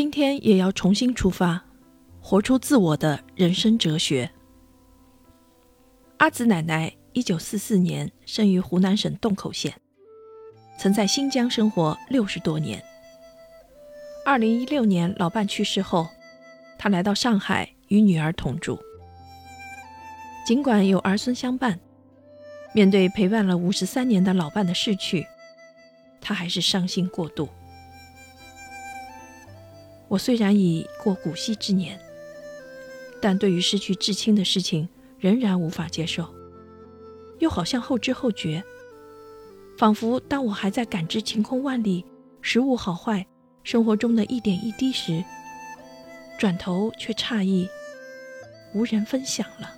今天也要重新出发，活出自我的人生哲学。阿紫奶奶1944年生于湖南省洞口县，曾在新疆生活60多年。2016年老伴去世后，她来到上海与女儿同住。尽管有儿孙相伴，面对陪伴了53年的老伴的逝去，她还是伤心过度。我虽然已过古稀之年，但对于失去至亲的事情仍然无法接受，又好像后知后觉，仿佛当我还在感知晴空万里、食物好坏、生活中的一点一滴时，转头却诧异无人分享了。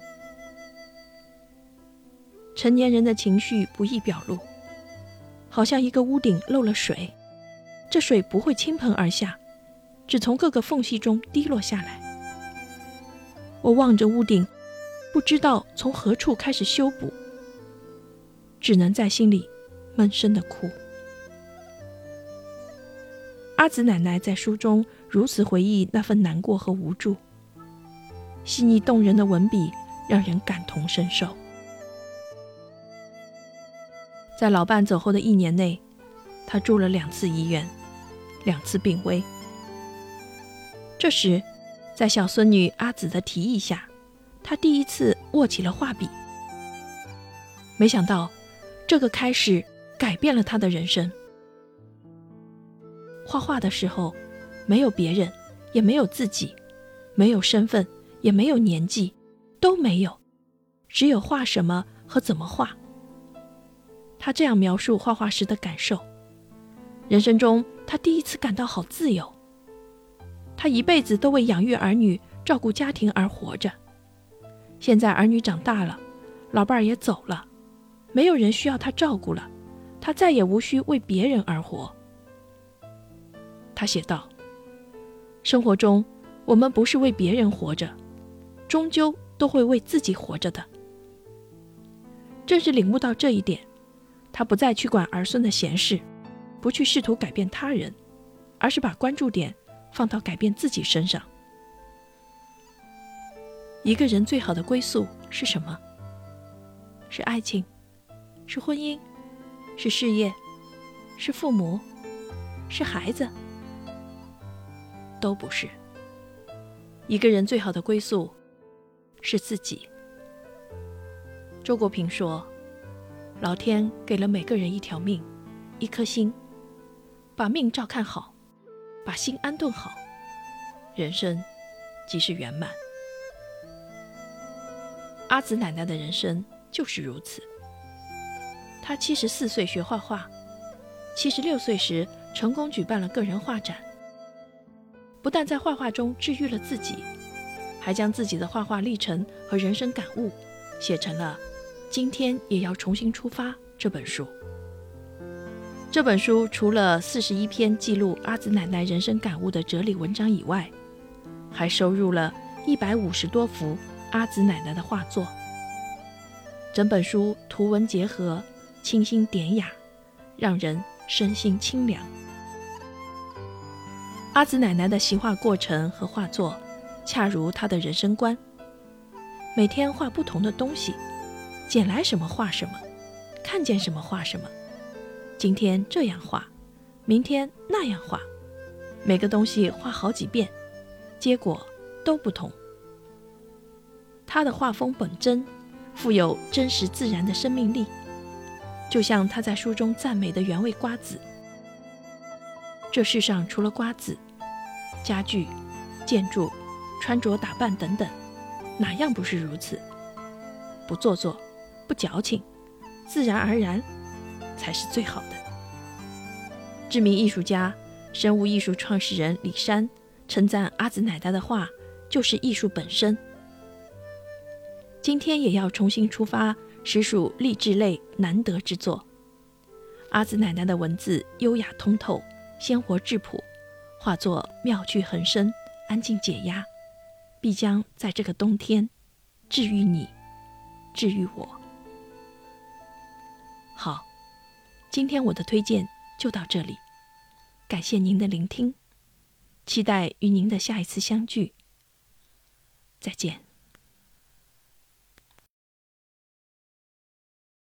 成年人的情绪不易表露，好像一个屋顶漏了水，这水不会倾盆而下，只从各个缝隙中滴落下来。我望着屋顶，不知道从何处开始修补，只能在心里闷声地哭。阿紫奶奶在书中如此回忆那份难过和无助，细腻动人的文笔让人感同身受。在老伴走后的1年内，她住了2次医院，2次病危。这时，在小孙女阿紫的提议下，她第一次握起了画笔。没想到，这个开始改变了她的人生。画画的时候，没有别人，也没有自己，没有身份，也没有年纪，都没有，只有画什么和怎么画。她这样描述画画时的感受：人生中，她第一次感到好自由。她一辈子都为养育儿女、照顾家庭而活着。现在儿女长大了，老伴儿也走了，没有人需要她照顾了，她再也无需为别人而活。她写道：生活中，我们不是为别人活着，终究都会为自己活着的。正是领悟到这一点，她不再去管儿孙的闲事，不去试图改变他人，而是把关注点放到改变自己身上。一个人最好的归宿是什么？是爱情？是婚姻？是事业？是父母？是孩子？都不是。一个人最好的归宿是自己。周国平说，老天给了每个人一条命，一颗心，把命照看好，把心安顿好，人生即是圆满。阿紫奶奶的人生就是如此。她74岁学画画，76岁时成功举办了个人画展，不但在画画中治愈了自己，还将自己的画画历程和人生感悟写成了《今天也要重新出发》这本书。这本书除了41篇记录阿紫奶奶人生感悟的哲理文章以外，还收入了150多幅阿紫奶奶的画作。整本书图文结合，清新典雅，让人身心清凉。阿紫奶奶的习画过程和画作恰如她的人生观，每天画不同的东西，捡来什么画什么，看见什么画什么，今天这样画，明天那样画，每个东西画好几遍，结果都不同。她的画风本真，富有真实自然的生命力，就像她在书中赞美的原味瓜子。这世上除了瓜子，家具、建筑、穿着打扮等等，哪样不是如此？不做作，不矫情，自然而然才是最好的。知名艺术家、生物艺术创始人李珊称赞阿紫奶奶的画就是艺术本身。今天也要重新出发，实属励志类难得之作。阿紫奶奶的文字优雅通透，鲜活质朴，画作妙趣横生，安静解压，必将在这个冬天治愈你，治愈我。好，今天我的推荐就到这里，感谢您的聆听， 期待与您的下一次相聚。再见。